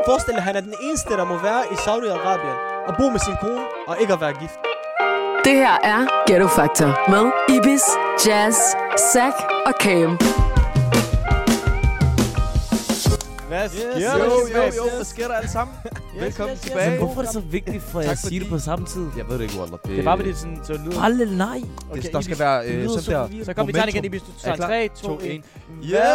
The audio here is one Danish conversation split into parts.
Forestil dig, han er den eneste, der må være i Saudi-Arabien og bo med sin kone og ikke at være gift. Det her er Ghetto Factor med Ibis, Jazz, Zach og Cam. Hvad sker der? Jo, hvad sker der alle sammen? Velkommen tilbage. Men hvorfor er det så vigtigt for jer at sige det på samme tid? Jeg ved det ikke, Walter. Det er bare fordi det sådan, så lyder... Palle, nej. Okay, der skal være sådan der. Så kom vi igen, Ibis. Du tager 3, 2, 1. Ja.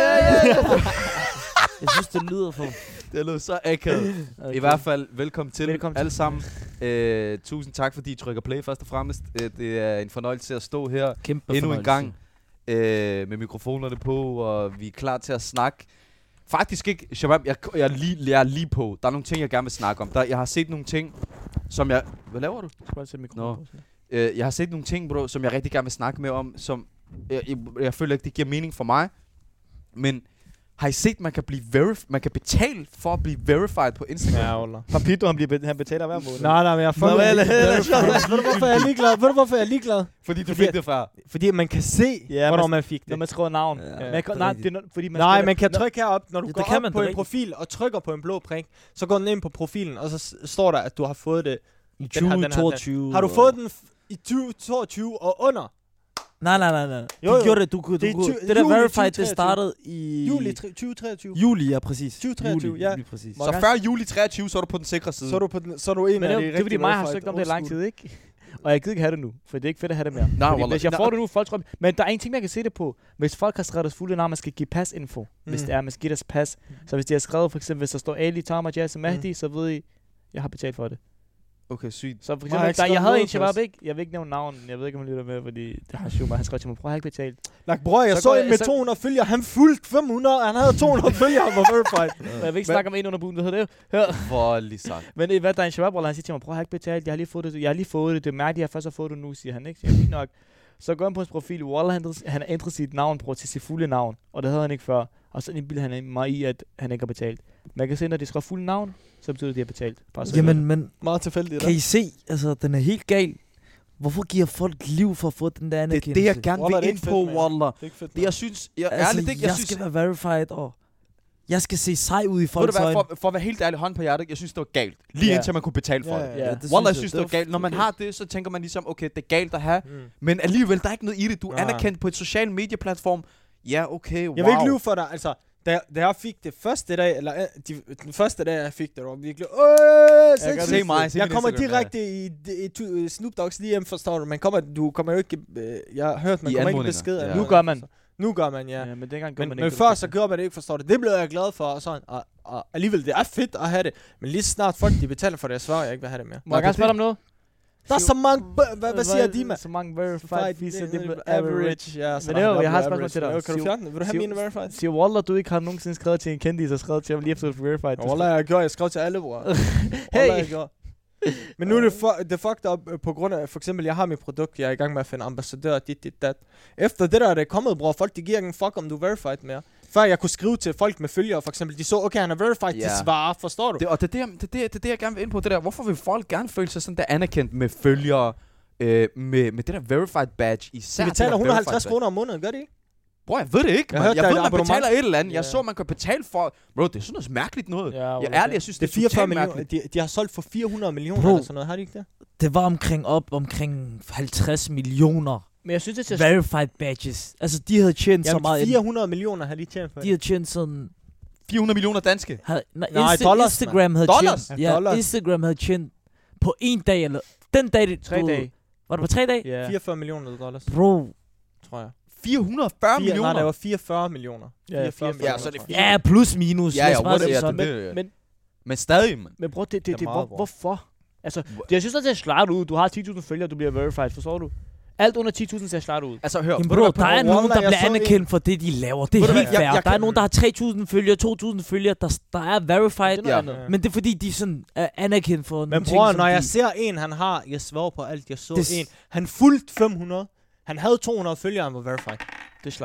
Jeg synes, det lyder for... Det lyder så akavet. Okay. I hvert fald, velkommen til alle sammen. Tusind tak, fordi I trykker play først og fremmest. Det er en fornøjelse at stå her endnu en gang med mikrofonerne på, og vi er klar til at snakke. Faktisk ikke, Shabab, jeg er lige på. Der er nogle ting, jeg gerne vil snakke om. Jeg har set nogle ting, som jeg... Hvad laver du? Jeg skal bare sætte mikrofonen på. Jeg har set nogle ting, bro, som jeg rigtig gerne vil snakke med om, som jeg føler ikke, det giver mening for mig. Men har I set, man kan betale for at blive verified på Instagram? Ja, Ola. Papito, han betaler hver måned. Nej, men jeg får... Ved du, hvorfor jeg er ligeglad? Fordi du fik det før. Fordi man kan se, hvornår man fik det. Når man skriver navn. Man kan trykke herop, når du går op på en profil og trykker på en blå prik, så går den ind på profilen, og så står der, at du har fået det i 2022. Har du fået den i 2022 og under? Nej. Du gjorde det. Det der verified, det startede i... Juli 2023. Juli, ja, præcis. 2023, ja. Lige præcis. Så før juli 23, så er du på den sikre side. Så er du en af de rigtige. Det er fordi mig har søgt om det i lang tid, ikke? Og jeg gider ikke have det nu, for det er ikke fedt at have det mere. Nej, hvis jeg får det nu, folk tror... Men der er en ting, man kan se det på. Hvis folk har skrevet deres fulde navn, man skal give pasinfo. Hvis det er, man skal give deres pas. Så hvis de har skrevet, for eksempel, hvis der står Ali, Tom og Jazz og Mahdi, så ved I, jeg har betalt for det. Okay, sygt. Så for eksempel, jeg havde en Shabab, ikke? Jeg vil ikke nævne navn. Jeg ved ikke, om han lytter med, fordi det har Schumer. Han skrev til mig, prøv, jeg har ikke betalt. Bror, jeg så en med 200 følgere. Han fulgte 500, han havde 200 følgere, han var verified. Jeg vil ikke snakke om en under buden, hvad hedder det? Hør. Voldelig sagt. Men hvad der er en Shabab, han siger til mig, prøv, jeg har ikke betalt. Jeg har lige fået det. Det er mærkeligt, jeg først har fået det nu, siger han, ikke? Så jeg fint nok. Så går han på hans profil. Wallah, han har ændret sit navn, bror, til sit fulde navn. Og det havde han ikke før. Og så indbilder han mig i, at han ikke har betalt. Man kan se, når de skriver fulde navn, så betyder det, at de har betalt. Jamen, men meget tilfældigt. Kan I se, altså, den er helt gal. Hvorfor giver folk liv for at få den der anerkendelse? Det er det, jeg gerne vil ind på, Wallah. Det jeg synes... Jeg skal være verified, og jeg skal se sej ud i folks øjne. For at være helt ærlig, hånd på hjertet, jeg synes, det var galt. Lige indtil man kunne betale for det. Wallah, jeg synes, det var galt. Når man har det, så tænker man ligesom, okay, det er galt at have. Men alligevel, der er ikke noget i det. Du er anerkendt på et social medieplatform. Ja, okay, wow. Jeg vil ikke lyve for dig, altså... Da jeg fik det første dag, eller den første dag, jeg fik det, var virkelig... Jeg kommer direkte i Snoop Dogg's DM, forstår du? Du kommer jo ikke... Jeg har hørt, man kommer ikke besked af. Nu gør man, ja. Men før så gjorde man det ikke, forstår du? Det blev jeg glad for, og sådan. Og alligevel, det er fedt at have det. Men lige snart folk, de betaler for det, jeg svarer, jeg ikke vil have det mere. Må jeg gerne spørge dig om noget? Der er så mange... Hvad siger Dima? Så mange verified viser det average. Ja, men jeg har et spørgsmål til dig. Kan du fjerne det? Vil du have mine verified? Siger Walter, du ikke har nogensinde skrevet til en kendis og skrevet til ham lige efter verified? Walter, jeg skrev til alle, bror. Hey! Men nu er det fucked up på grund af, for eksempel, jeg har mit produkt, jeg er i gang med at finde ambassadør, dit, dat. Efter det der er det kommet, bror, folk de giver ikke en fuck, om du er verified mere. Før jeg kunne skrive til folk med følgere, for eksempel, de så, okay, han er verified, de svarer, forstår du? Det er det, jeg gerne vil ind på, det der. Hvorfor vil folk gerne føle sig sådan der anerkendt med følgere, med det der verified badge, især de betaler 150 kroner om måneden, gør de ikke? Bror, jeg ved det ikke, man. Jeg ved, man betaler et eller andet. Jeg så, man kan betale for... Bro, det er sådan noget mærkeligt noget. Jeg synes, det er 44 millioner. De har solgt for 400 millioner eller sådan noget. Har de ikke det? Det var omkring 50 millioner. Men jeg synes, det er verified badges. Altså, de havde tjent så meget... 400 millioner har de tjent for. De havde tjent sådan... 400 millioner danske? Nej, dollars. Instagram havde dollars? Tjent... Ja, Instagram havde tjent på en dag, eller... Den dag... 3 dage. Var det på 3 dage? Ja. 44 millioner dollars. Bro. Tror jeg. 440 millioner? Nej, det var 44 millioner. Ja, så er det ja, plus minus. Men stadig, man. Men bror, hvorfor? Altså, jeg synes, det er slart ud. Du har 10.000 følgere, du bliver verified, forstår du? Alt under 10.000 ser slart ud. Altså, hør. Jamen, bro, der er nogen, der bliver anerkendt for det, de laver. Det er helt fair. Der er nogen, der har 3.000 følgere, 2.000 følgere, der er verified. Men det er fordi, de sådan er anerkendt for nogle ting. Men bror, når jeg ser en, han har... Jeg svarer på alt. Jeg så en. Han fulgte 500. Han havde 200 følgere, han var verified. Det er slart.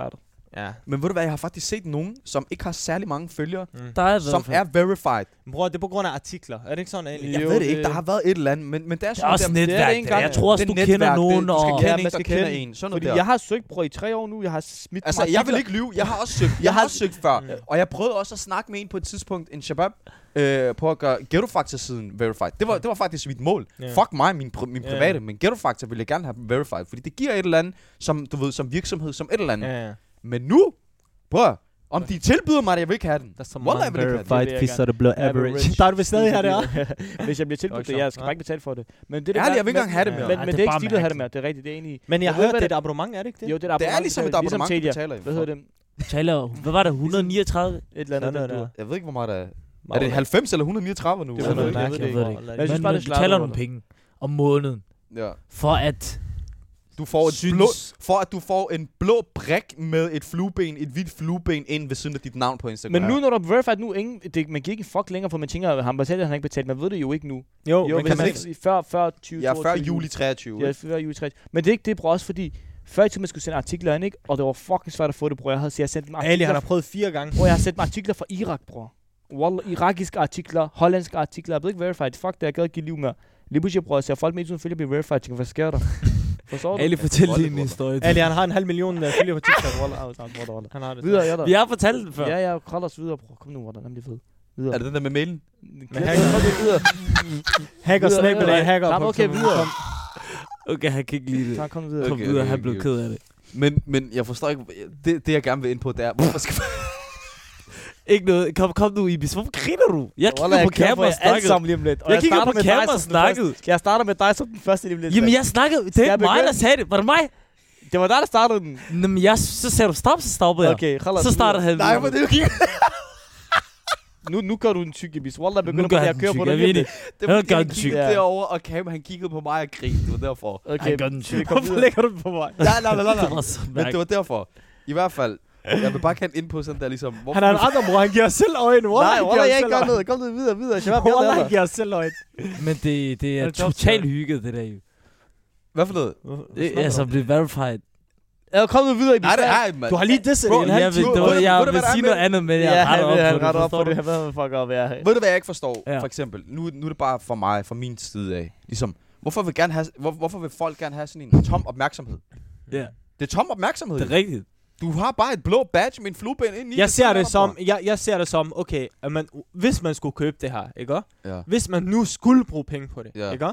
Ja. Men ved du hvad, jeg har faktisk set nogen, som ikke har særlig mange følgere, som er verified. Bror, det er på grund af artikler. Er det ikke sådan egentlig? Jeg ved det ikke, der har været et eller andet, men det er sådan også netværk. Jeg tror også, du kender nogen. Du skal kende en, der kender en. Sådan fordi jeg har søgt, bror, i 3 år nu. Jeg har smidt altså, jeg vil ikke lyve. Jeg har også søgt. Jeg har også søgt før. Og jeg prøvede også at snakke med en på et tidspunkt, en shabab, på at gøre Ghettofaktor-siden verified. Det var faktisk mit mål. Fuck mig, min private, men Ghettofaktor vil jeg gerne have verified, fordi det giver et eller andet, som du ved, som virksomhed, som et eller andet. Men nu, bror, om de tilbyder mig det, jeg vil ikke have den. Wallah, jeg vil ikke have den. Verified, så det bliver average. Der er du vil stadig have det, hvis jeg bliver tilbudt det, jeg skal bare ikke betale for det. Men det jeg vil ikke engang have det mere. Men det er ikke stilet at have det mere, det er rigtigt, det er egentlig. Men jeg har hørt, det er et abonnement, er det ikke det? Jo, det er et abonnement. Det er ligesom et abonnement, du betaler i. Hvad hedder det? Hvad var det? 139? Et eller andet. Jeg ved ikke, hvor meget der er. Er det 90 eller 139 nu? Jeg ved det ikke. Men du betaler nogle penge om måneden. For at... For at du får en blå brik med et flueben, et hvidt flueben ind ved siden af dit navn på Instagram. Men nu når du er verified nu, man giver ikke fuck længere, for man tænker, han betaler, han har ikke betalt. Man ved det jo ikke nu. Jo men kan man ikke før 20. Ja, før juli 23. Ja, før juli 23. Men det er ikke det, bror, også fordi før i tiden, man skulle sende artikler ind, ikke? Og det var fucking svært at få det, bror. Jeg har sendt artikler. Ali, han har prøvet 4 gange. Bror, jeg har sendt artikler fra Irak, bror. Wallah, irakiske artikler, hollandske artikler. Jeg blev ikke verified. Fuck det, jeg gad ikke give liv mere. Lige pludselig, bror, ser folk med i følge blive verified. Tænker, hvad sker der? Ali, fortæl din historie. Ali, han har 500.000 følger på TikTok. Wallah. Han har det. Videre, jeg der. Vi har fortalt det før. Ja, jeg kralder os videre, bror. Kom nu, hvordan er det fedt. Videre. Er det den der med mailen? Hacker. Okay, videre. Okay, han kan ikke lide det. Kom videre. Kom videre, han blev ked af det. Men jeg forstår ikke, det jeg gerne vil ind på, det er, hvorfor skal ikke noget. Kom nu, Ibis. Hvorfor griner du? Jeg kigger på kamera og snakkede. Jeg kigger på kamera og snakkede. Jeg starter med dig som den første lige lidt. Jamen, jeg snakkede. Det er mig, der sagde det. Var det mig? Det var dig, der startede den. Jamen, så sagde du stop, så stoppede jeg. Okay, så startede han. Nej, for det er jo Nu gør du en tyk, Ibis. Wallah, begynder på at køre på det. Det var fordi, han kiggede derovre, og Cam, han kiggede på mig og grinede. Det var derfor. Okay, gør den tyk. Hvorfor lægger du den på mig? Nej. Men det var derfor. I hvert fald, jeg vil bare kende ind på sådan der ligesom... Han er en andre bror, han giver selv øjne. Nej, Wallah, jeg ikke gør noget. Kom nu videre. Wallah, han giver selv øjne. Men det er totalt hygget, det der jo. Hvad for noget? Altså, blive verified. Jeg kom nu videre i Nej, det er man. Du har lige disset det. Jeg vil sige noget andet, men jeg retter op på det. Fuck op, ja. Ved du, hvad jeg ikke forstår? For eksempel, nu er det bare for mig, fra min side af. Ligesom, hvorfor vil folk gerne have sådan en tom opmærksomhed? Ja. Det er tom opmærksomhed. Det er rigtigt. Du har bare et blå badge med en flueben ind i. Jeg ser det som, okay, at hvis man skulle købe det her, ikke? Ja. Hvis man nu skulle bruge penge på det, ikke?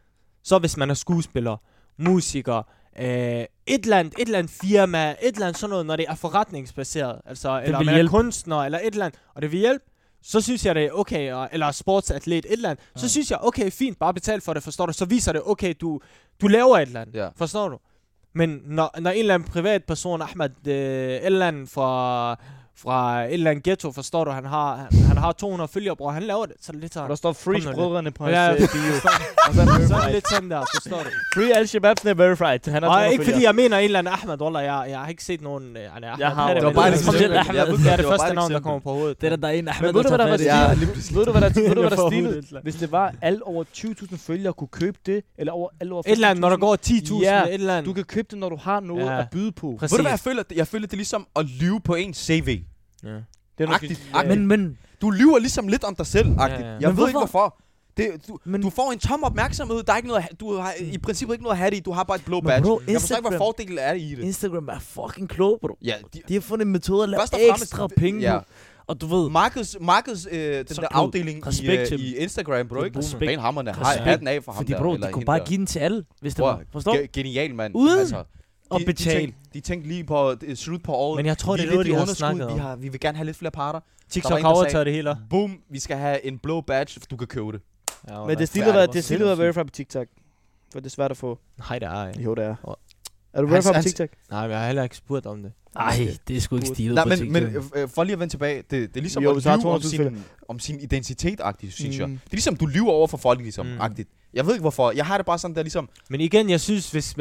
Så hvis man er skuespiller, musiker, et eller andet firma, et eller andet sådan noget, når det er forretningsbaseret, altså, eller man er kunstner, eller et eller andet, og det vil hjælpe, så synes jeg det er okay, eller sportsatlet, et eller andet, så synes jeg, okay, fint, bare betal for det, forstår du, så viser det, okay, du laver et eller andet, forstår du? Men når en eller anden privatperson, Ahmed, et eller andet fra et eller andet ghetto, forstår du, han har 200 følgere, bror, han laver det, så er det lidt sådan. Der står Free-brødrene på hans bio. Og så er det lidt sådan der, forstår du. Free al-Shababs er verified. Og ikke fordi jeg mener en eller anden Ahmed, Wallah, jeg har ikke set nogen Ahmed. Det var bare det er det første navn, der kommer på hovedet. Det er der en Ahmed, der tager fat i. Ved du, hvad der er stilet? Hvis det var alle over 20.000 følgere kunne købe det, eller over 50.000. Et eller andet, når der går 10.000, et eller andet. Du kan købe det, når du har noget at byde på. Ved du hvad, jeg føler det er ligesom at lyve på en CV. Ja. Det er nok, men du lyver ligesom lidt om dig selv. Jeg ved ikke hvorfor. Du får en tom opmærksomhed. Der er ikke noget, du har i princippet ikke noget at have det i. Du har bare et blå badge. Bro, jeg forstår ikke, hvad fordelen er i det. Instagram er fucking klog, bro. Ja, de har fundet metoder at lave ekstra penge. Ja. Og du ved, Markeds den der afdeling i Instagram, bro, ikke? Benhammerne har den af for ham. Fordi bro, de kunne bare give den til alle, hvis det var. Forstår? Genial, mand. Uden og betale. De tænkte lige på slut på året. Men jeg tror, det er noget, de har snakket om. Vi vil gerne have lidt flere parter. TikTok har overtaget det hele. Boom, vi skal have en blå badge, du kan købe det. Ja, men det stiller at verified på TikTok. For det er svært at få. Nej, det er. Jo, det er. Er du verified på TikTok? Nej, men jeg har heller ikke spurgt om det. Nej, det er sgu ikke stilet på TikTok. Men for lige at vende tilbage, det er ligesom at lyve om sin identitet-agtigt, synes jeg. Det er ligesom, du lyver over for folk, ligesom, agtigt. Jeg ved ikke hvorfor. Jeg har det bare sådan der ligesom. Men igen, jeg synes, hvis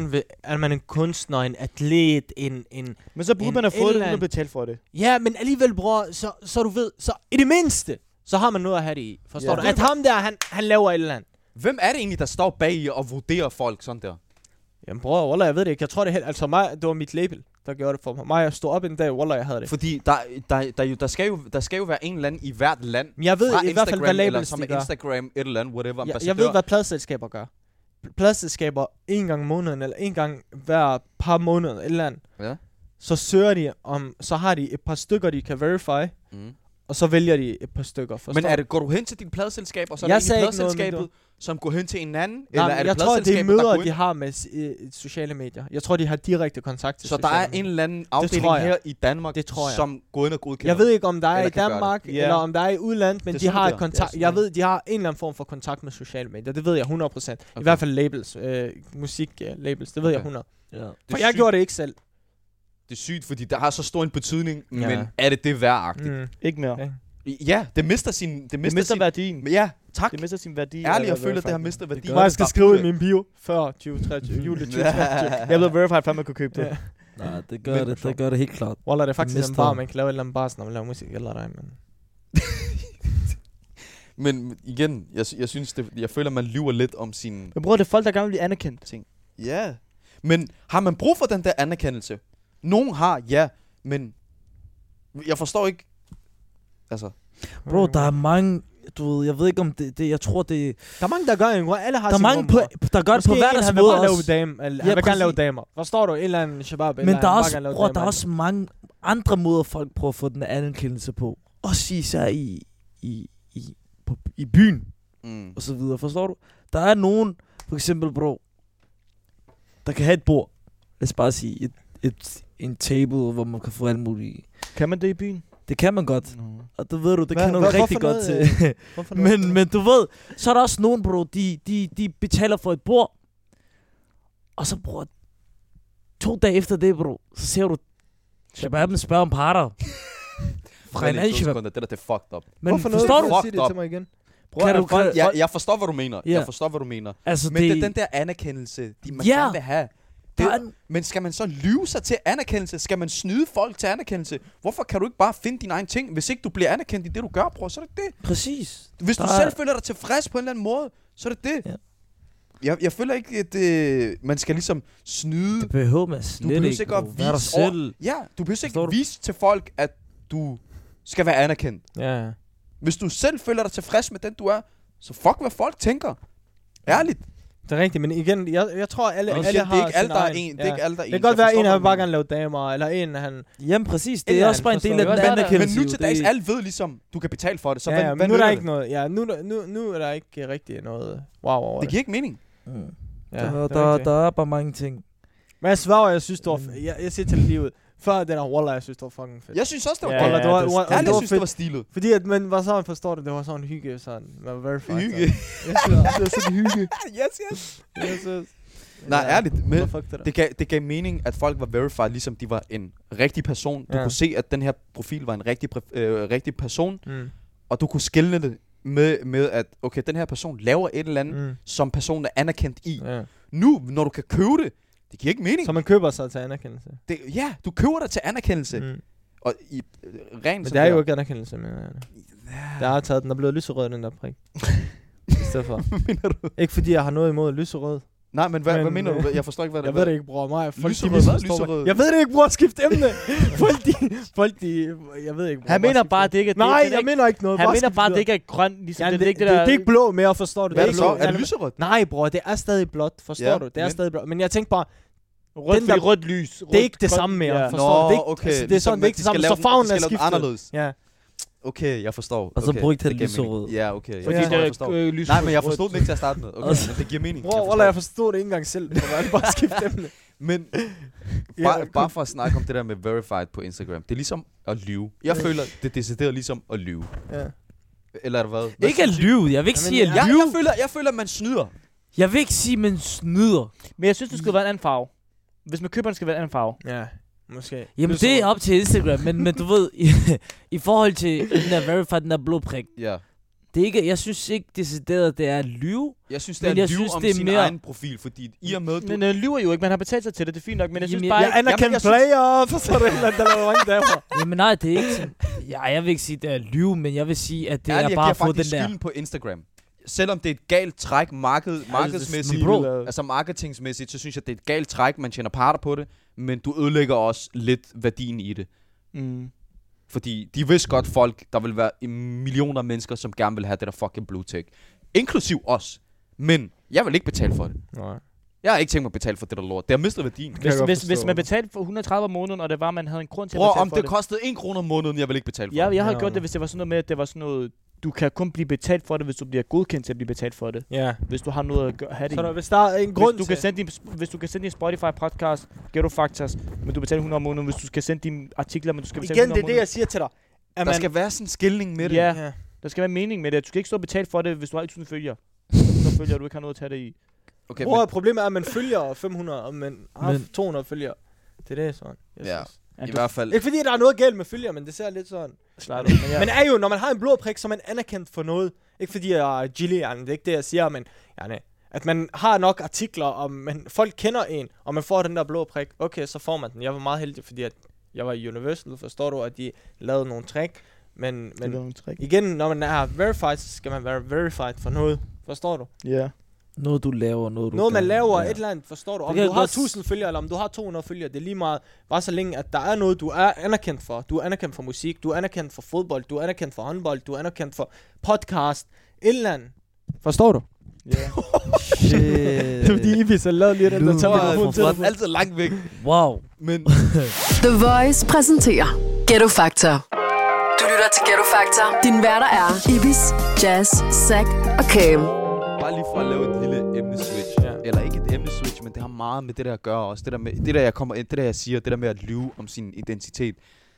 er man en kunstner, en atlet, en men så burde man have fået det, uden at betale for det. Ja, men alligevel, bror, så du ved, så i det mindste, så har man noget at have det i. Forstår du? At ham der, han laver et eller andet. Hvem er det egentlig, der står bag og vurderer folk sådan der? Jamen bror, Wallah, jeg ved det ikke. Jeg tror det helt, altså mig, det var mit label, der gjorde det for mig. Mig at stå op en dag, wallah, jeg havde det. Fordi der skal jo være en eller anden i hvert land. Jeg ved i hvert fald, hvad labels de gør. Instagram, et eller andet, whatever. Jeg ved, hvad pladselskaber gør. Pladselskaber en gang om måneden, eller en gang hver par måneder, et eller andet. Ja. Så søger de om, så har de et par stykker, de kan verify. Og så vælger de et par stykker. Men går du hen til dit pladselskab, og så er der en i pladselskabet, som går hen til en anden? Eller er det jeg tror, det er møder, de har med sociale medier. Jeg tror, de har direkte kontakt til så der er en eller anden afdeling her i Danmark, som går ind og godkender? Jeg ved ikke, om der er i Danmark, eller om der er i udlandet, men de har et kontakt. Jeg ved, de har en eller anden form for kontakt med sociale medier. Det ved jeg 100%. I hvert fald labels, musik-labels. Det ved jeg 100%. For jeg gjorde det ikke selv. Det er sygt, fordi der har så stor en betydning, men er det værd-agtigt? Ikke mere. Okay. Ja, det mister værdien. Ja, tak. Det mister sin værdi. Ærligt, jeg føler, at det har mistet værdi. Jeg skal skrive i min bio før 2023, juli 2023. Jeg blev verified, før man kunne købe det. Nej, det gør det helt klart. Wallah, det er faktisk en bar, man kan lave et eller andet bar, når man laver musik eller dig, men... Men igen, jeg synes, jeg føler, man lyver lidt om sin... Men bror, det er folk, der gerne vil blive anerkendt. Ting. Ja. Men har man brug for den der anerkendelse? Nogen har, ja, men jeg forstår ikke, altså. Bro, der er mange, du ved, jeg ved ikke om det jeg tror det... Der er mange, der gør en, alle har der er mange, der gør det på hverdags måde også. Han vil gerne lave damer. Forstår du? En eller anden shabab. Men der er også, bro, der er også mange andre måder, folk prøver at få den anerkendelse på. Også især i byen, og så videre, forstår du? Der er nogen, for eksempel, bro, der kan have et bord. Lad os bare sige, en table, hvor man kan få alt muligt. Kan man det i byen? Det kan man godt. Og det ved du, det kender du rigtig godt til. men du ved, så er der også nogen, bro, de betaler for et bord. Og så, bro, 2 dage efter det, bro, så ser du shababen spørger om parter. Fra en anden shabab. Det der, det er fucked up. Men forstår du? Sig det til mig igen. Jeg forstår, hvad du mener. Jeg forstår, hvad du mener. Altså, men det er den der anerkendelse, man gerne vil have. Men skal man så lyve sig til anerkendelse? Skal man snyde folk til anerkendelse? Hvorfor kan du ikke bare finde din egen ting? Hvis ikke du bliver anerkendt i det, du gør, bror, så er det det. Præcis. Hvis du selv føler dig tilfreds på en eller anden måde, så er det det. Ja. Jeg føler ikke, at man skal ligesom snyde. Det behøver man slet ikke. Du behøver ikke selv. Ja, du behøver ikke vise til folk, at du skal være anerkendt. Ja. Hvis du selv føler dig tilfreds med den, du er, så fuck, hvad folk tænker. Ærligt. Det er rigtigt, men igen, jeg tror, alle har det er ikke alt, der er en. Det er ikke alt, der er en. Det kan godt være, en han bare gerne lave damer, eller en han... Jamen præcis, det er også bare en del af den anerkendelse. Men nu til dags, alle ved ligesom, du kan betale for det. Så ja, men nu er der ikke noget. Ja, nu er der ikke rigtig noget wow over det. Det giver ikke mening. Ja, der er bare mange ting. Men jeg svarer, jeg synes, det var... Jeg siger til livet. Før den her Wallah, jeg synes, det var fucking fedt. Jeg synes også, det var fedt. Jeg synes, det var stilet. Fordi at man var sådan, forstår det var sådan hygge, sådan. Man var very fun. Hygge. Det var sådan hygge. Yes. Nej, ærligt. Men det gav mening, at folk var verified, ligesom de var en rigtig person. Du kunne se, at den her profil var en rigtig person. Og du kunne skelne det med, at okay, den her person laver et eller andet, som personen er anerkendt i. Nu, når du kan købe det, det giver ikke mening. Så man køber sig til anerkendelse. Ja, du køber dig til anerkendelse. Og i ren... Men det er jo ikke anerkendelse, men... Jeg har taget den, der er blevet lyserød, den der prik. I stedet for. Hvad mener du? Ikke fordi jeg har noget imod lyserød. Nej, men hvad mener du? Jeg forstår ikke, hvad det er. Jeg ved det ikke, bror. Mig. Lyserød. Jeg ved det ikke, bror. Skift emne. folk de... Jeg ved ikke, bror. Han mener bare, det ikke er... Nej, jeg mener ikke noget. Han mener bare, det ikke er grøn. Ligesom det er ikke blå mere, forstår du? Hvad er det så? Er det lyserødt? Nej, bror. Det er stadig blåt. Forstår du? Det er stadig blåt. Men jeg tænkte bare... Rødt lys. Det er ikke det samme mere. Forstår du? Okay. Det er sådan, det er ikke det samme. Så farven er skiftet. Anderledes. Ja. Okay, jeg forstår. Og så brug ikke den lyserød. Ja, okay. Fordi det er lyserød. Nej, men jeg forstod det ikke til at starte med. Okay, men det giver mening. Bror, jeg forstod det ikke engang selv. Det var bare skifte emne. Men bare for at snakke om det der med verified på Instagram. Det er ligesom at lyve. Jeg føler, det er decideret ligesom at lyve. Ja. Eller er det hvad? Ikke at lyve. Jeg vil ikke sige at lyve. Jeg føler, man snyder. Jeg vil ikke sige, man snyder. Men jeg synes, det skal være en anden farve. Hvis man køber den, skal være en anden farve. Ja. Måske. Jamen det er op til Instagram, men du ved, i forhold til den der verified, den der blå prik. Ja. Det er ikke, jeg synes ikke decideret, det er at lyve. Jeg synes, det er at lyve om sin egen profil, fordi i og med... Men lyver jo ikke, man har betalt sig til det, det er fint nok, men jeg synes bare... Jeg anerkender player, for så er det et eller andet, der laver mange damer. Jamen nej, det er ikke sådan. Ja, jeg vil ikke sige, det er at lyve, men jeg vil sige, at det er bare at få den der... Jeg giver faktisk på Instagram. Selvom det er et galt træk markedsmæssigt, altså marketingsmæssigt, så synes jeg, det er et galt træk, man tjener parter på det. men du ødelægger også lidt værdien i det. Mm. Fordi de vidste godt folk, der vil være millioner af mennesker, som gerne vil have det der fucking Bluetech. Inklusiv os. Men jeg vil ikke betale for det. Nej. Jeg har ikke tænkt mig at betale for det der lort. Det har mistet værdien. Hvis man betalte for 130 om måneden, og det var, man havde en grund til at betale for det. Om det kostede 1 krone om måneden, jeg vil ikke betale for det. det. Jeg havde gjort det, hvis det var sådan noget med, at det var sådan noget, du kan kun blive betalt for det, hvis du bliver godkendt til at blive betalt for det. Ja. Hvis du har noget at have det. Så hvis der er en grund hvis du kan sende din Spotify podcast, Ghetto Factors, men du betaler 100 om måneden. Hvis du skal sende dine artikler, men du skal betale 100 om måneden. Igen, det er det, jeg siger til dig. Der skal være sådan en skilning med det. Ja, der skal være mening med det. Du skal ikke stå og betale for det, hvis du har 1000 følgere. 100 følgere, du ikke har noget at tage det i. Okay, problemet er, at man følger 500, og man har 200 følgere. Det er det sådan. Ja, i hvert fald. Ikke fordi der er noget galt med følgere, men det ser lidt sådan. Men er jo, når man har en blodprik, så er man anerkendt for noget. Ikke fordi jeg er Gillian, det er ikke det, jeg siger, men at man har nok artikler, og folk kender en, og man får den der blodprik. Okay, så får man den. Jeg var meget heldig, fordi at jeg var i Universal, forstår du, at de lavede nogle trick. Men igen, når man er verified, så skal man være verified for noget. Forstår du? Ja. Yeah. Noget du laver, noget man laver, et eller andet, forstår du? Om du har 1000 følgere, eller om du har 200 følgere, det er lige meget. Bare så længe, at der er noget, du er anerkendt for. Du er anerkendt for musik, du er anerkendt for fodbold, du er anerkendt for håndbold, du er anerkendt for podcast. Et eller andet. Forstår du? Ja. Shit. Det er fordi Ibis har lavet lige den der telefon til dig. Altid langt væk. Wow. Men The Voice præsenterer Ghetto Factor. Du lytter til Ghetto Factor. Din værter er Ibis, Jazz, Zack og Cam. Bare lige for at lave et lille emneswitch. Ja. Eller ikke et emneswitch, men det har meget med det der at gøre også. Det der jeg siger, det der med at lyve om sin identitet.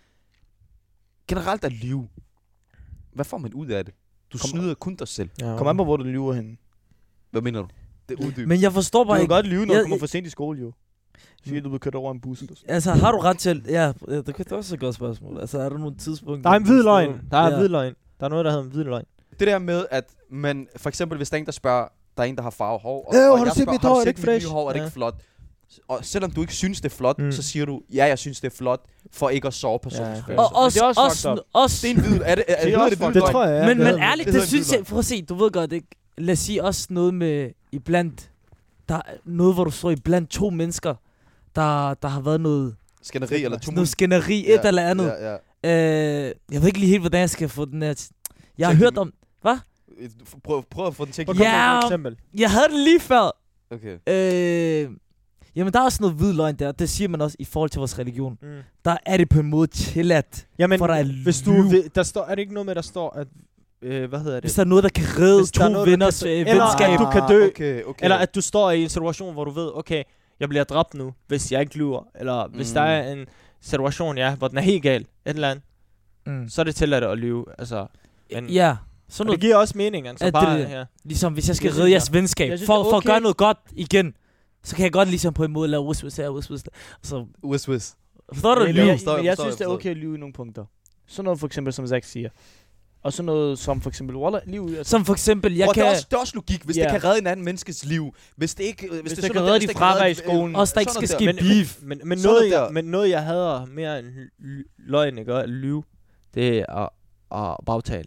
Generelt at lyve. Hvad får man ud af det? Du snyder kun dig selv. Ja. Kom an på, hvor du lyver henne. Hvad mener du? Det er uddybt. Men jeg forstår bare ikke. Du kan godt lyve, når du kommer for sent i skole, jo. Siger du bliver kørt over en bus eller sådan. Altså, har du ret til... Ja, det kan også et godt spørgsmål. Altså, er der nogle tidspunkter... Der er en hvid løgn. Der er noget, der hedder en hvid løgn. Det der med, at man... For eksempel, hvis der er en, der spørger... Der er en, der har farvet hår. Og har du set mit hår? Er det ikke fresh? Hår, er det ikke flot? Og selvom du ikke synes, det er flot, så siger du, ja, jeg synes, det er flot, for ikke at sove personens følelser. Og også... Det er en hvid... Det tror jeg, men ærligt, det synes jeg... Prøv at se, du ved godt, ikke? Lad os sige også noget med... Iblandt... Der er noget, hvor du står iblandt to mennesker, der har været noget... Skænderi eller tumult. Noget skænderi, et eller andet. Ja. Jeg ved ikke lige helt, hvordan jeg skal få den her... Jeg har hørt om... Hvad? Prøv at få den til. Ja, jeg havde det lige før. Okay. Jamen, der er også noget hvid løgn der. Det siger man også i forhold til vores religion. Der er det på en måde tilladt. Jamen, for dig hvis du... Der står, er det ikke noget med, der står, at... hvad hedder det? Hvis der er noget, der kan redde to venners venskab. Eller at du kan dø. Okay. Eller at du står i en situation, hvor du ved, okay, jeg bliver dræbt nu, hvis jeg ikke lyver. Eller hvis der er en situation, hvor den er helt gal. Et eller andet. Så er det tilladt at lyve. Altså, ja. Sådan noget, det giver også mening, altså bare, det, ligesom hvis jeg skal redde jeres venskab, for at gøre noget godt igen, så kan jeg godt ligesom på en måde lave whiz her. Så whiz. Forstår du det? Men jeg synes, det er okay at lyve i nogle punkter. Sådan noget for eksempel, som Zack siger. Og sådan noget som for eksempel liv. Altså. Som for eksempel, det er også logik, hvis det kan redde en anden menneskes liv. Hvis det ikke... Hvis det kan redde de fravær i skolen. Også der ikke skal ske beef. Men noget, jeg hader mere end løgn, ikke? At lyve, det er at bagtale.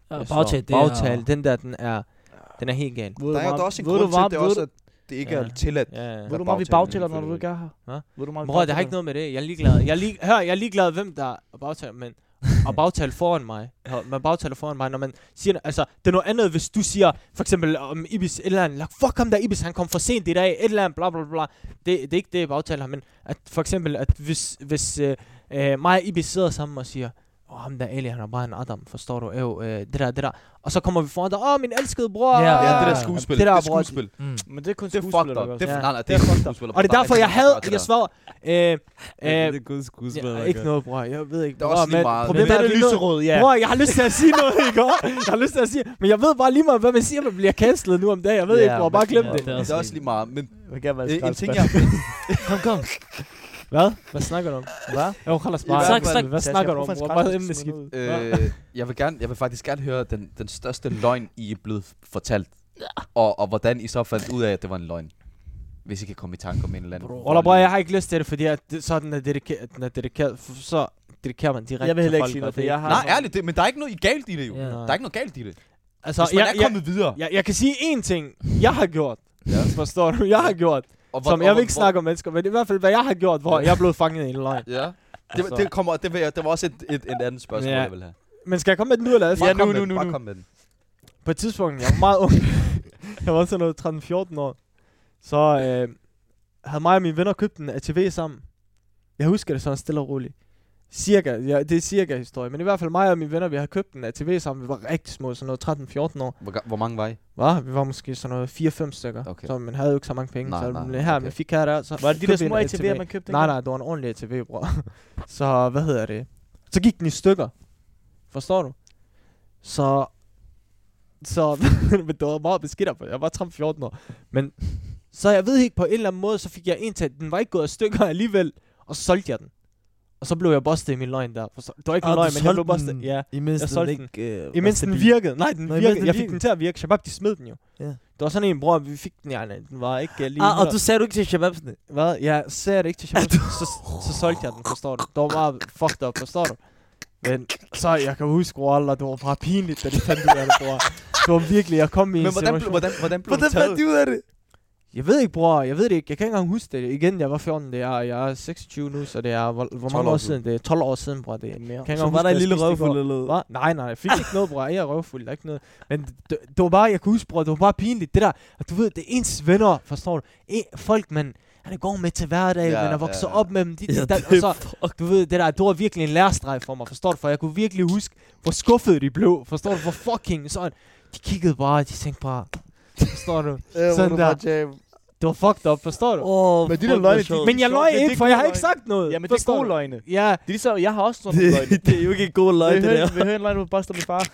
Bagtale, den er helt gal. Der er også en grund til, det også, at det ikke er tilladt. Ved du meget, vi bagtaler, når du ikke er her? Bror, det har ikke noget med det. Jeg er ligeglad. Jeg er ligeglad, hvem der er bagtaler, men... og bagtale foran mig. Man bagtaler foran mig, når man siger... Altså, det er noget andet, hvis du siger, for eksempel om Ibis, et eller andet, fuck ham der Ibis, han kom for sent i dag, et eller andet, bla bla bla. Det er ikke det, jeg bagtaler, men at for eksempel, at hvis mig og Ibis sidder sammen og siger, ham der Ali, han er bare en Adam, forstår du? Det der. Og så kommer vi foran dig, min elskede bror. Ja, det der skuespil. Det er skuespil. Men det er kun skuespil. Det er skuespil. Og det er derfor, jeg svarer. Det er kun skuespil. Ikke noget, bror. Jeg ved ikke. Det er også lige meget. Problemet er lyserød, ja. Bror, jeg har lyst til at sige noget, ikke? Jeg har lyst til at sige, men jeg ved bare lige meget, hvad man siger, man bliver cancelet nu om dagen. Jeg ved ikke, bror. Bare glem det. Det er også lige meget. Men en ting, Kom. Hvad? Hvad snakker du om? Hvad? Jo, hvad snakker du om? Jeg vil faktisk gerne høre den største løgn, I er blevet fortalt. Og hvordan I så fandt ud af, at det var en løgn. Hvis I kan komme i tanke om en eller anden. Bror, jeg har ikke lyst til det, fordi så den er dedikeret. Så dedikerer man direkte. Jeg vil heller ikke sige noget, for jeg har... Nej, ærligt, men der er ikke noget galt i det jo. Der er ikke noget galt i det. Altså, hvis man er kommet videre. Jeg kan sige én ting, jeg har gjort. Forstår du? Jeg har gjort. Som jeg vil ikke snakke om mennesker, men i hvert fald, hvad jeg har gjort, hvor jeg er blevet fanget i en løgn. Ja. Det var også et andet spørgsmål, jeg vil have. Men skal jeg komme med den nu, eller? Ja, nu. Bare kom med den. På et tidspunkt, jeg var meget ung. Jeg var sådan noget 13-14 år. Så havde mig og mine venner købt en ATV sammen. Jeg husker det sådan stille og roligt. Cirka, ja, det er cirka historie. Men i hvert fald mig og mine venner, vi havde købt en ATV sammen. Vi var rigtig små, sådan noget 13-14 år. Hvor mange var I? Vi var måske sådan noget 4-5 stykker. Okay. Så man havde jo ikke så mange penge. Man fik her der. Så var det de der små ATV'er, man købte? Nej, det var en ordentlig ATV, bror. Så, hvad hedder det? Så gik den i stykker. Forstår du? Så men det var meget beskidt på. Jeg var 13-14 år. Men så jeg ved ikke, på en eller anden måde, så fik jeg en til, den var ikke gået af stykker alligevel. Og så solgte jeg den. Og så blev jeg bustet i min løgn der. Det var ikke en løgn, men jeg blev bustet. Ja, jeg solgte den. Imens den virkede. Nej, den virkede. Jeg fik den til at virke. Shabab, de smed den jo. Ja. Det var sådan en, bror, vi fik den, ja, den var ikke lige... og du sagde du ikke til Shabab sådan? Hvad? Ja, sagde jeg det ikke til Shabab. Så solgte jeg den, forstår du. Det var meget fucked up, forstår du. Men så, jeg kan huske, bror, det var bare pinligt, da de fandt ud af det, bror. Det var virkelig, jeg kom i en situation. Hvordan blev du taget? ud af det? Jeg ved ikke, bror. Jeg ved det ikke. Jeg kan ikke engang huske det. Igen, jeg var 14. Jeg er 26 nu, så det er... Hvor mange år siden? Det er 12 år siden, bror. Det er mere. Så var der en lille røvfuld eller noget? Nej, jeg fik ikke noget, bror. Jeg er røvfuld. Der er ikke noget. Men det var bare... Jeg kan huske, bror. Det var bare pinligt. Det der... Du ved, det er ens venner, forstår du? Folk, man går med til hverdag. Man er vokset op med dem. Og så... Du ved, det var virkelig en lærestreg for mig, forstår du? For jeg kunne virkelig huske, hvor skuffede de blev. Forstår du? Hvor fucking sådan... De kiggede bare, de tænkte bare... Forstår du? Sådan der... Det var fucked up, forstår du? Men de der løgne, men jeg løg ikke, for jeg har ikke sagt noget. Ja, men det er gode løgne. Ja. Det er ligesom, jeg har også sådan nogle løgne. Det er jo ikke en god løgne, det der. Vi hører en løgne på Buster, min far.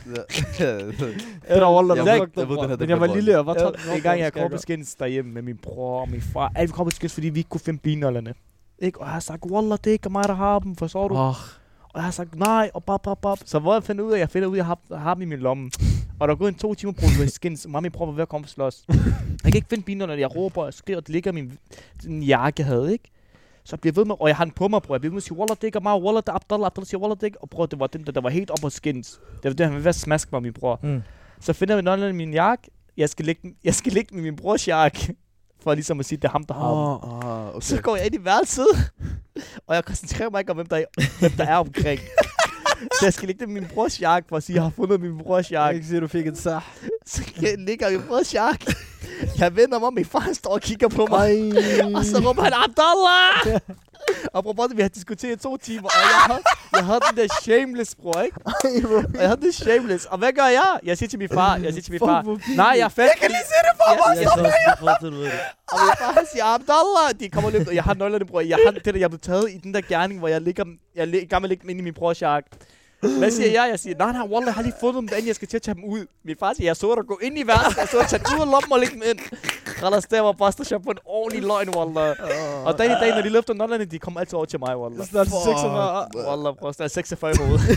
Det var Walter, men jeg var lille og var 12. En gang jeg kom på skins derhjemme med min bror og min far. Vi kom på skins, fordi vi ikke kunne finde bilnøglerne. Ikke? Og jeg har sagt, Walter, det er ikke mig, der har dem, forstår du? Og jeg har sagt, nej, og bap. Så hvor jeg finder ud af, at jeg har dem i min lomme. Og der er gået 2 timer på skins, og mamma prøver ved at komme og slås. Jeg kan ikke finde bilerne, jeg råber og skriver, og det ligger min jakke, jeg havde, ikke? Så jeg bliver ved med, og jeg har den på mig, bror. Jeg bliver ved med at sige, Wallah, det ikke er mig, Wallah, det er Abdallah siger, Wallah, det ikke. Og bror, det var den der var helt op på skins. Det var det, han ville være smask mig, min bror. Så finder jeg nøglerne i min jakke. Jeg skal lægge den i min brors jakke. For ligesom at sige, det er ham, der har dem. Okay. Så går jeg ind i værelset, og jeg koncentrerer mig ikke om, hvem der er omkring. Så jeg skal lægge det i min brors jakke, for at sige, at jeg har fundet min brors jakke. Jeg kan se, at du fik en sag. Så jeg ligger i min brors jakke. Jeg vender mig, min far står og kigger på mig. Og så råber han, Abdallah! Og bror, vi har diskuteret 2 timer, og jeg havde den der shameless, bror, ikke? Og jeg havde den shameless. Og hvad gør jeg? Jeg siger til min far, nej, jeg fandt... Jeg kan lige se det for mig! Og min far siger, Abdallah! De kommer løbet, og jeg har nøglerne, bror. Jeg blev taget i den der gerning, hvor jeg er i gang med at lægge dem ind i min brors jakke. Hvad siger jeg? Jeg siger, nej, Wallah, jeg har lige fundet dem, inden jeg skal til at tage dem ud. Min far siger, jeg så dig gå ind i værelsen, jeg så dig tage dem ud af lommen og lægge dem ind. Rallers, der var Buster Shop på en ordentlig løgn, Wallah. Og dagen i dag, når de løfter nøglerne, de kommer altid over til mig, Wallah. Størrelse 46. Wallah, bror, der er 46 i hovedet.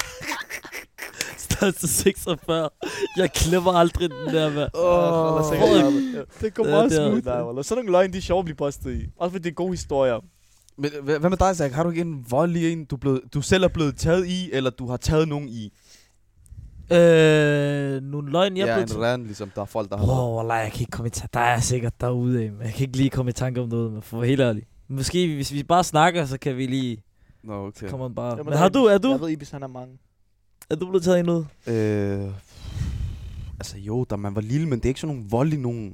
Størrelse 46. Jeg klemmer aldrig den der, mand. Det går meget smooth. Nej, Wallah. Sådan nogle løgn, de er sjove at blive bustet i. Også fordi det er gode historier. Men hvad med dig, Zach? Har du ikke en voldelig en, du selv er blevet taget i, eller du har taget nogen i? Nogle løgn, jeg blev en rand, ligesom der er folk, der har wallah, jeg kan ikke komme i tanke. Der er sikkert derude, men jeg kan ikke lige komme i tanke om noget, men for at være helt ærlig. Måske, hvis vi bare snakker, så kan vi lige... Okay. Så kommer man bare... Jamen, men er du? Jeg ved, Ibis, han er mange. Er du blevet taget i noget? Altså jo, da man var lille, men det er ikke sådan nogle voldelige nogen...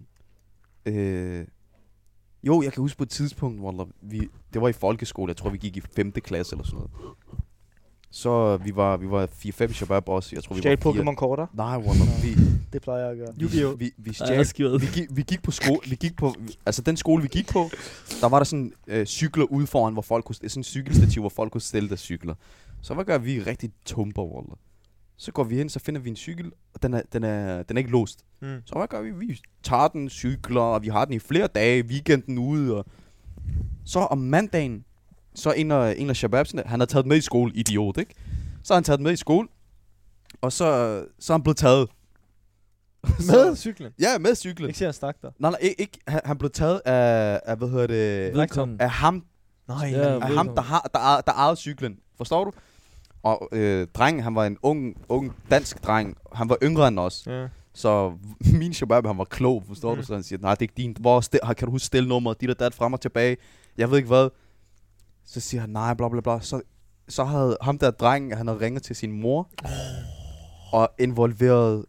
Jo, jeg kan huske på et tidspunkt, hvor det var i folkeskole. Jeg tror, vi gik i 5. klasse eller sådan noget. Så vi var 4-5 shabab også. Jeg tror, vi var 4. Pokémon-korter? Nej, Wallah. Det plejer jeg at gøre. Yu-Gi-Oh! Vi stjal. Vi gik på skole. Altså den skole, vi gik på, der var der sådan cykler ude foran, hvor folk kunne... Sådan en cykelstativ, hvor folk kunne stille der cykler. Så hvad gør vi? Rigtig tumper, Wallah. Så går vi hen, så finder vi en cykel, og den er ikke låst. Så hvad gør vi? Vi tager den, cykler, og vi har den i flere dage, weekenden ude. Og så om mandagen, så en af shababsene, han har taget med i skole, idiot, ikke? Så har han taget med i skole, og så er han blevet taget. Med cyklen? Ja, med cyklen. Ikke siger han stak der? Nej, ikke. Han blev taget af hvad hedder det? Af ham. Nej, af ham, der ejede cyklen. Forstår du? Og drengen, han var en ung dansk dreng. Han var yngre end os. Ja. Så min shabab, han var klog, forstår du? Så han siger, nej, det er ikke din. Kan du huske stilnummeret? Dit og dat frem og tilbage. Jeg ved ikke hvad. Så siger han, nej, bla bla bla. Så havde ham der drengen, han havde ringet til sin mor. Og involveret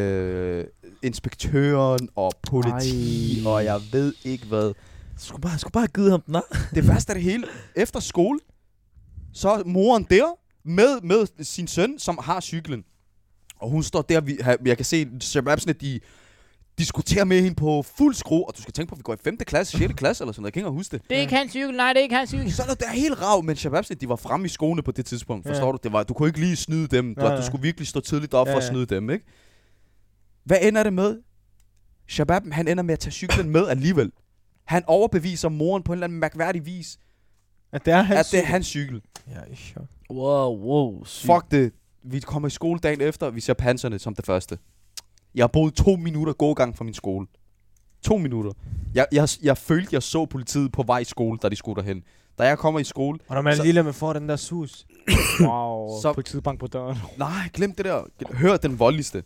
inspektøren og politi, og jeg ved ikke hvad. Skulle bare have givet ham den. Det værste af det hele, efter skole, så er moren der med sin søn, som har cyklen. Og hun står der, jeg kan se, shababsene, de diskuterer med hende på fuld skrue, og du skal tænke på, at vi går i 5. klasse, 6. klasse eller sådan noget. Jeg kan ikke huske det. Det er ikke hans cykel, nej, det er ikke hans cykel. Så er der helt rav, men shababsene, de var fremme i skoene på det tidspunkt, forstår du? Du kunne ikke lige snyde dem, du skulle virkelig stå tidligt op for at snyde dem, ikke? Hvad ender det med? Shababen, han ender med at tage cyklen med alligevel. Han overbeviser moren på en eller anden mærkværdig vis, at det er hans cykel. Ja, i chok. Wow, sygt. Fuck det. Vi kommer i skole dagen efter, vi ser Panserne som det første. Jeg har boet 2 minutter gågang fra min skole. 2 minutter. Jeg følte, jeg så politiet på vej i skole, da de skulle derhen. Da jeg kommer i skole... Og når man lille med for den der sus. Wow, så politiet bank på døren. Nej, glem det der. Hør den voldeligste.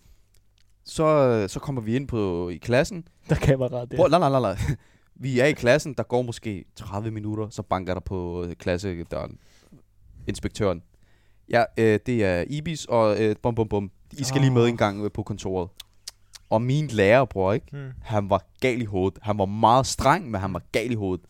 Så kommer vi ind i klassen. Der kan være ret, ja. Nej. Vi er i klassen, der går måske 30 minutter, så banker der på klassedøren. Inspektøren. Ja, det er Ibis, og bum. I skal lige med en gang på kontoret. Og min lærer, bror, ikke? Han var gal i hovedet. Han var meget streng, men han var gal i hovedet.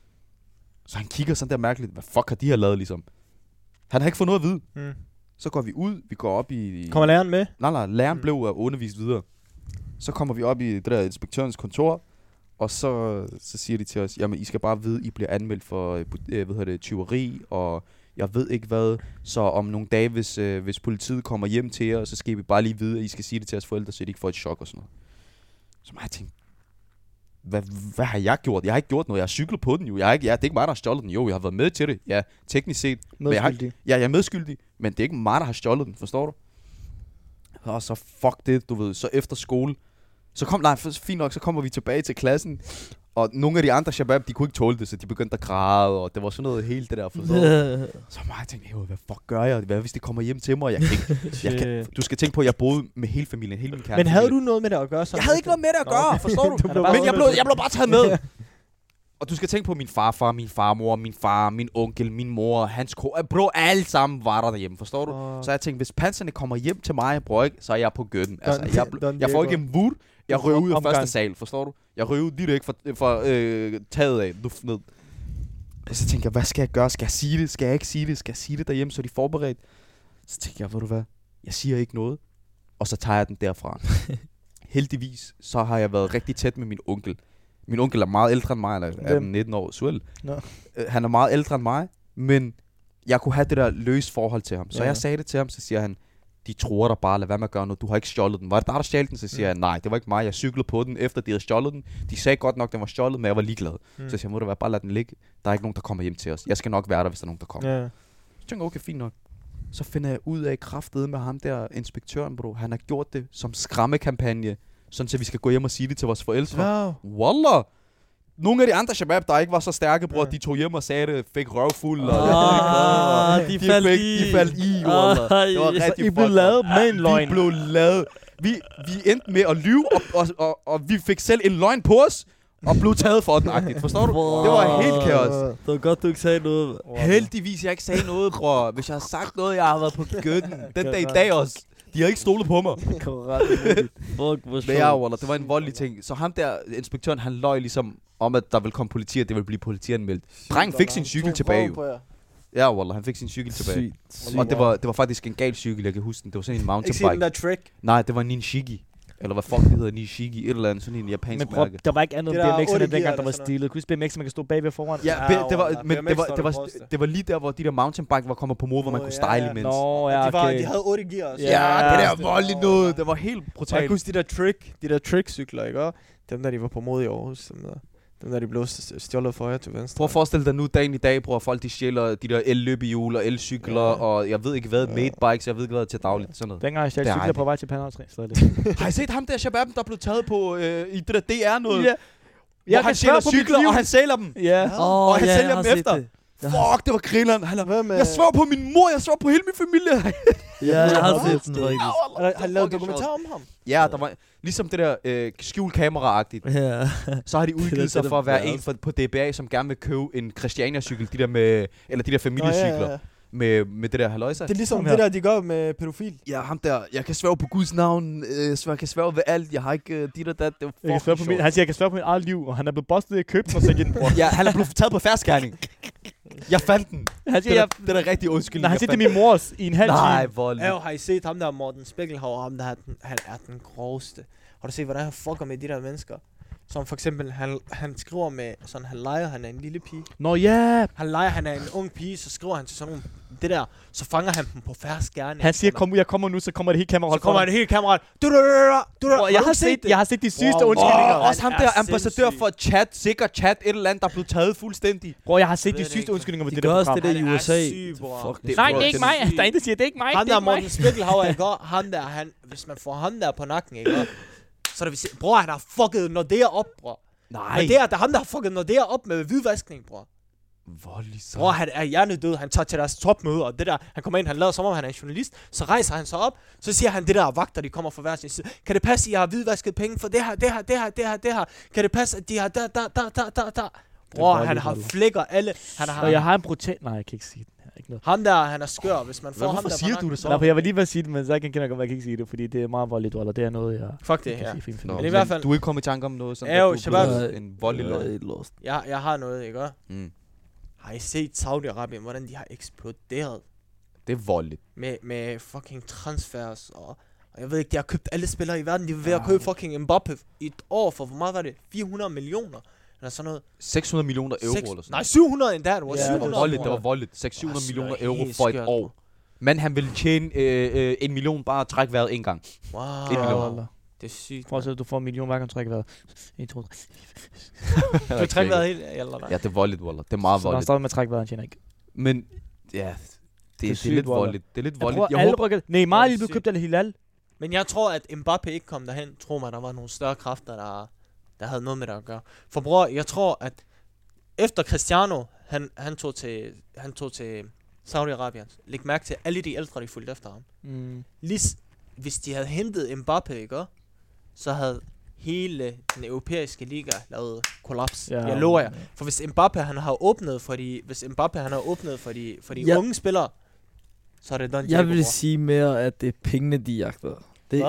Så han kigger sådan der mærkeligt. Hvad fuck har de her lavet, ligesom? Han har ikke fået noget at vide. Så går vi ud. Vi går op i... Kommer læreren med? Nej. Læreren blev undervist videre. Så kommer vi op i det der inspektørens kontor. Og så siger de til os, jamen I skal bare vide, I bliver anmeldt for tyveri, og jeg ved ikke hvad. Så om nogle dage, hvis politiet kommer hjem til jer, så skal vi bare lige vide, at I skal sige det til jeres forældre, så de ikke får et chok og sådan noget. Så må jeg tænke, hvad har jeg gjort? Jeg har ikke gjort noget. Jeg har cyklet på den jo. Det er ikke mig, der har stjålet den. Jo, jeg har været med til det. Ja, teknisk set. Medskyldig. Jeg er medskyldig, men det er ikke mig, der har stjålet den. Forstår du? Og så fuck det, du ved. Så efter skole, fint nok, så kommer vi tilbage til klassen. Og nogle af de andre shabab, de kunne ikke tåle det, så de begyndte at græde, og det var sådan noget helt det der, forstår du? Så jeg tænkte, hvad fuck gør jeg? Hvad hvis de kommer hjem til mig? Du skal tænke på, at jeg boede med hele familien, hele min kæreste. Men havde du noget med det at gøre? Jeg havde ikke noget med det at gøre, forstår du? Men jeg blev bare taget med. Og du skal tænke på min farfar, min farmor, min far, min onkel, min mor, hans bro, alle sammen var der derhjemme, forstår du? Så jeg tænkte, hvis Panserne kommer hjem til mig, bror, ikke, så er jeg på gøtten. Altså, jeg får ikke en vud. Jeg røg ud af første sal, forstår du? Jeg røg ud direkt fra taget af, luft ned. Og så tænkte jeg, hvad skal jeg gøre? Skal jeg sige det? Skal jeg ikke sige det? Skal jeg sige det derhjemme, så er de forberedt? Så tænkte jeg, ved du hvad? Jeg siger ikke noget. Og så tager jeg den derfra. Heldigvis, så har jeg været rigtig tæt med min onkel. Min onkel er meget ældre end mig, eller er 19 år, Suel. No. Han er meget ældre end mig, men jeg kunne have det der løst forhold til ham. Så jeg sagde det til ham, så siger han, de tror dig bare, lad være med at gøre noget, du har ikke stjålet den. Var det der stjal den? Så siger jeg, nej, det var ikke mig, jeg cyklede på den, efter de havde stjålet den. De sagde godt nok, den var stjålet, men jeg var ligeglad. Så jeg siger, må det være, bare lad den ligge. Der er ikke nogen, der kommer hjem til os. Jeg skal nok være der, hvis der er nogen, der kommer. Så tænker jeg, okay, fint nok. Så finder jeg ud af kraftedet med ham der, inspektøren, bro. Han har gjort det som skræmmekampagne, sådan så vi skal gå hjem og sige det til vores forældre. Wallah! Nogle af de andre shabab, der ikke var så stærke, bror, de tog hjem og sagde det, fik røvfuld, og de faldt i, det var rigtig I blev lavet med en løgn. Vi blev lavet. Vi endte med at lyve, og vi fik selv en løgn på os, og blev taget for den, agtigt. Forstår du? Det var helt kaos. Det var godt, du ikke sagde noget. Heldigvis, jeg ikke sagde noget, bror. Hvis jeg har sagt noget, jeg har været på gøtten. Den dag i dag også. De har ikke stolet på mig. Det var en voldelig ting. Så ham der, inspektøren, han løj ligesom om, at der ville komme politi, og det ville blive politianmeldt. Drengen fik sin cykel tilbage, jo. Ja, wallah, han fik sin cykel tilbage. Og det var faktisk en gal cykel, jeg kan huske den. Det var sådan en mountainbike. Ikke den der trick? Nej, det var en Ninshiki. Eller hvad fuck det hedder, Nishiki, et eller andet, sådan en japansk mærke. Der var ikke andet BMX'erne dengang, der var stilet. Kunne du BMX, man kan stå bagved foran? Ja, det var lige der, hvor de der mountainbike var kommet på mode, hvor man kunne style imens. Nå, ja, okay. De havde 8 gear også. Ja, det der voldeligt noget. Det var helt brutalt. Jeg kunne huske de der trick-cykler, ikke? Dem der, de var på mode i Aarhus. Dem der, de blev stjålet for højre til venstre. Prøv at forestille dig nu, dagen i dag, bror, folk de stjæler de der el-løbehjul og el-cykler, og jeg ved ikke hvad, made-bikes, jeg ved ikke hvad til dagligt, sådan noget. Dengang jeg stjælte cykler på vej til Panhavn 3, Har I set ham der shababen, der blev taget på i det der DR noget? Ja. Hvor han stjæler cykler, og han sælger dem. Ja. Og han sælger dem efter. Fuck, det var grineren. Jeg svær på min mor, jeg svær på hele min familie. Ja, jeg har set den rigtig. Har I lavet dokumentar om ham? Ja, der var ligesom det der skjulkamera-agtigt. Ja. Så har de udgivet sig for at være en på DBA, som gerne vil købe en Christiania-cykel, de der familiecykler. Med det der halløjsa. Det er ligesom det der, de gør med pædofil. Ja, ham der. Jeg kan sværge på Guds navn. Jeg kan sværge ved alt. Jeg har ikke dit og dat. Det var han siger, jeg kan sværge på mit eget liv. Og han er blevet bustet i købt og så igen, bror. Ja, han er blevet taget på færdsgerning. Jeg fandt den. Han siger, det er rigtig undskyld. Han siger, det er min mors i en halv time. Nej, vold. Har I set ham der, Morten Spiegelhauer? Ham der, han er den groveste. Har du set, hvordan han fucker med de der mennesker? Som for eksempel, han skriver med, sådan han leger, han er en lille pige. Nå ja! Han leger, han er en ung pige, så skriver han til sådan nogle, det der, så fanger han dem på færdsgerning. Han siger, jeg kommer nu, så kommer det hele kamera. Så kommer det hele kameraet. Jeg har set de sygeste undskyldninger. Også ham der, ambassadør for chat, sikker chat, et eller andet, der er blevet taget fuldstændig. Bror, jeg har set de sygeste undskyldninger med det der program. Det er det i USA. Nej, det er ikke mig. Der er en, der siger, det er ikke mig. Han der Morten Spiegelhauer, ikke? Han der, hvis man får ham der på nakken, ikke? Så der vil sige, bror, han har fucket Nordea op, bror. Nej. Det er ham, der har fucket Nordea op med hvidvaskning, bror. Voldelig så. Bror, han er hjernedød. Han tager til deres topmøde, og det der, han kommer ind, han lader som om han er en journalist. Så rejser han sig op, så siger han, det der vagter, de kommer fra hver sin side. Kan det passe, at jeg har hvidvasket penge for det her? Kan det passe, at de har der? Bror, han har flækker alle. Og jeg har en brutal... Nej, jeg kan ikke sige det. Ham der, han er skør, hvis man får ham der. Hvorfor siger du det så? Nej, for jeg var lige ved at sige det, men så kan jeg ikke sige det, fordi det er meget voldeligt, eller det er noget, jeg... Fuck det, ja. Men i hvert fald... Du er ikke kommet i tanke om noget sådan, at du er en voldelig løg? Jeg har noget, ikke? Har I set Saudi-Arabien, hvordan de har eksploderet? Det er voldeligt. Med fucking transfers, og jeg ved ikke, de har købt alle spillere i verden. De er ved at købe fucking Mbappe i et år for, hvor meget var det? 400 millioner? Eller sådan noget. 600 millioner euro eller sådan. Nej, 700 endda. Det var voldeligt. 600 millioner euro for et år. Men han ville tjene 1 million bare at trække vejret en gang. Wow. 1 million. Det er sygt. Prøv at se, du får 1 million hver gang trække vejret. 1, 2, 3. Du trækker vejret helt, eller nej? Ja, det er voldeligt, Waller. Det er meget voldeligt. Så når starter med at trække vejret, han tjener ikke. Men, ja, det er lidt voldeligt. Det er lidt voldeligt. Jeg håber... Neymar lige blev købt af Hilal. Men jeg tror, at Mbappe ikke kom derhen. Tror mig, der var nogle større kræfter, der havde noget med det at gøre. For bror, jeg tror, at efter Cristiano, han tog til Saudi-Arabien. Læg mærke til, alle de ældre, de fulgte efter ham. Hvis de havde hentet Mbappe, ikke? Så havde hele den europæiske liga lavet kollaps. Ja, jeg lover jer. For hvis Mbappe han har åbnet for de unge spillere, så er det Don Diego. Jeg vil sige mere, at det er pengene, de jagter.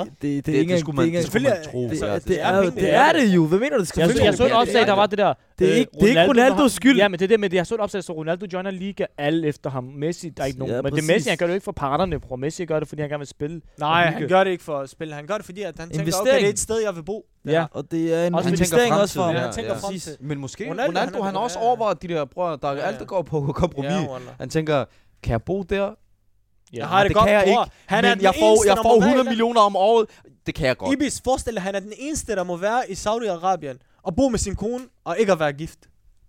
Det skulle man tro. Det er det jo. Hvad mener du, det skal jeg så et opslag, der var det der. Det er ikke Ronaldos skyld. Ja, men det er det med, jeg så et opslag, så Ronaldo joiner liga alle efter ham. Messi, der er ikke nogen. Ja, men det Messi, han gør det jo ikke for parterne, bror. Messi gør det, fordi han gerne vil spille. Nej, han gør det ikke for at spille. Han gør det, fordi at han tænker, okay, det er et sted, jeg vil bo. Ja, og det er en investering også for ham. Han tænker fremtid. Men måske Ronaldo, han også overvejet de der, bror, der er alt, der går på kompromis. Han tænker, kan jeg bo der? Ja, jeg har det godt, kan jeg ikke. Men jeg får 100 millioner om året. Det kan jeg godt. Ibis, forestil dig, han er den eneste, der må være i Saudi-Arabien og bo med sin kone og ikke at være gift.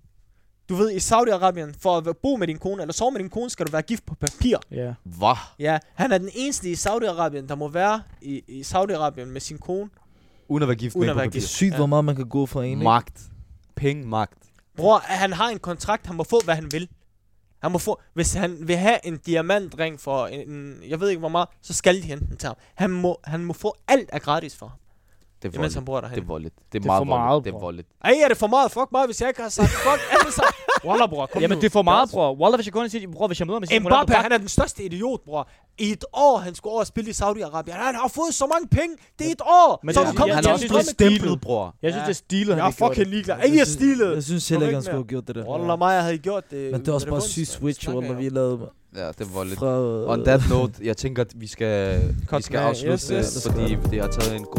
Du ved, i Saudi-Arabien, for at bo med din kone eller sove med din kone, skal du være gift på papir. Ja. Hvad? Ja, han er den eneste i Saudi-Arabien, der må være i Saudi-Arabien med sin kone. Uden at være gift med på papir. Det er sygt, hvor meget man kan gå for en. Magt. Penge, magt. Bror, han har en kontrakt, han må få, hvad han vil. Han må få, hvis han vil have en diamantring for jeg ved ikke hvor meget, så skal de hente den til ham. Han må få alt af gratis for ham. Det er voldeligt. Det er meget voldeligt. Det er voldeligt. Ej, er det for meget? Fuck mig, hvis jeg ikke har sagt fuck alle sammen. Wallah, bror, kom nu. Jamen, det er for meget, bror. Wallah, hvis jeg går ind og siger, bror, hvis jeg møder med Mbappe, han er den største idiot, bror. I et år, han skulle over og spille i Saudi-Arabien. Han har fået så mange penge. Det er et år. Men så han er også blevet stemplet, bror. Jeg synes, det er stilet. Jeg er fucking ligeglad. Ikke stilet. Jeg synes heller ikke, han skulle have gjort det der. Wallah, mig, jeg havde gjort det. Men det er også bare sygt switch, Wallah, vi har lavet. Ja, det var lidt. On that note, jeg tænker, at vi skal afslutte, fordi det har taget en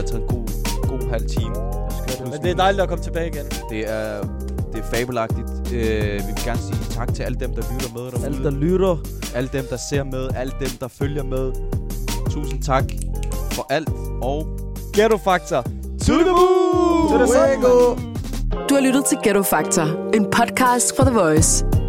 god halv time. Men det er dejligt at komme tilbage igen. Det er fabelagtigt. Vi vil gerne sige tak til alle dem, der lytter med derude. Alle, der lytter. Alle dem, der ser med. Alle dem, der følger med. Tusind tak for alt. Og Ghetto Factor. To the moon! Du har lyttet til Ghetto Factor, en podcast fra The Voice.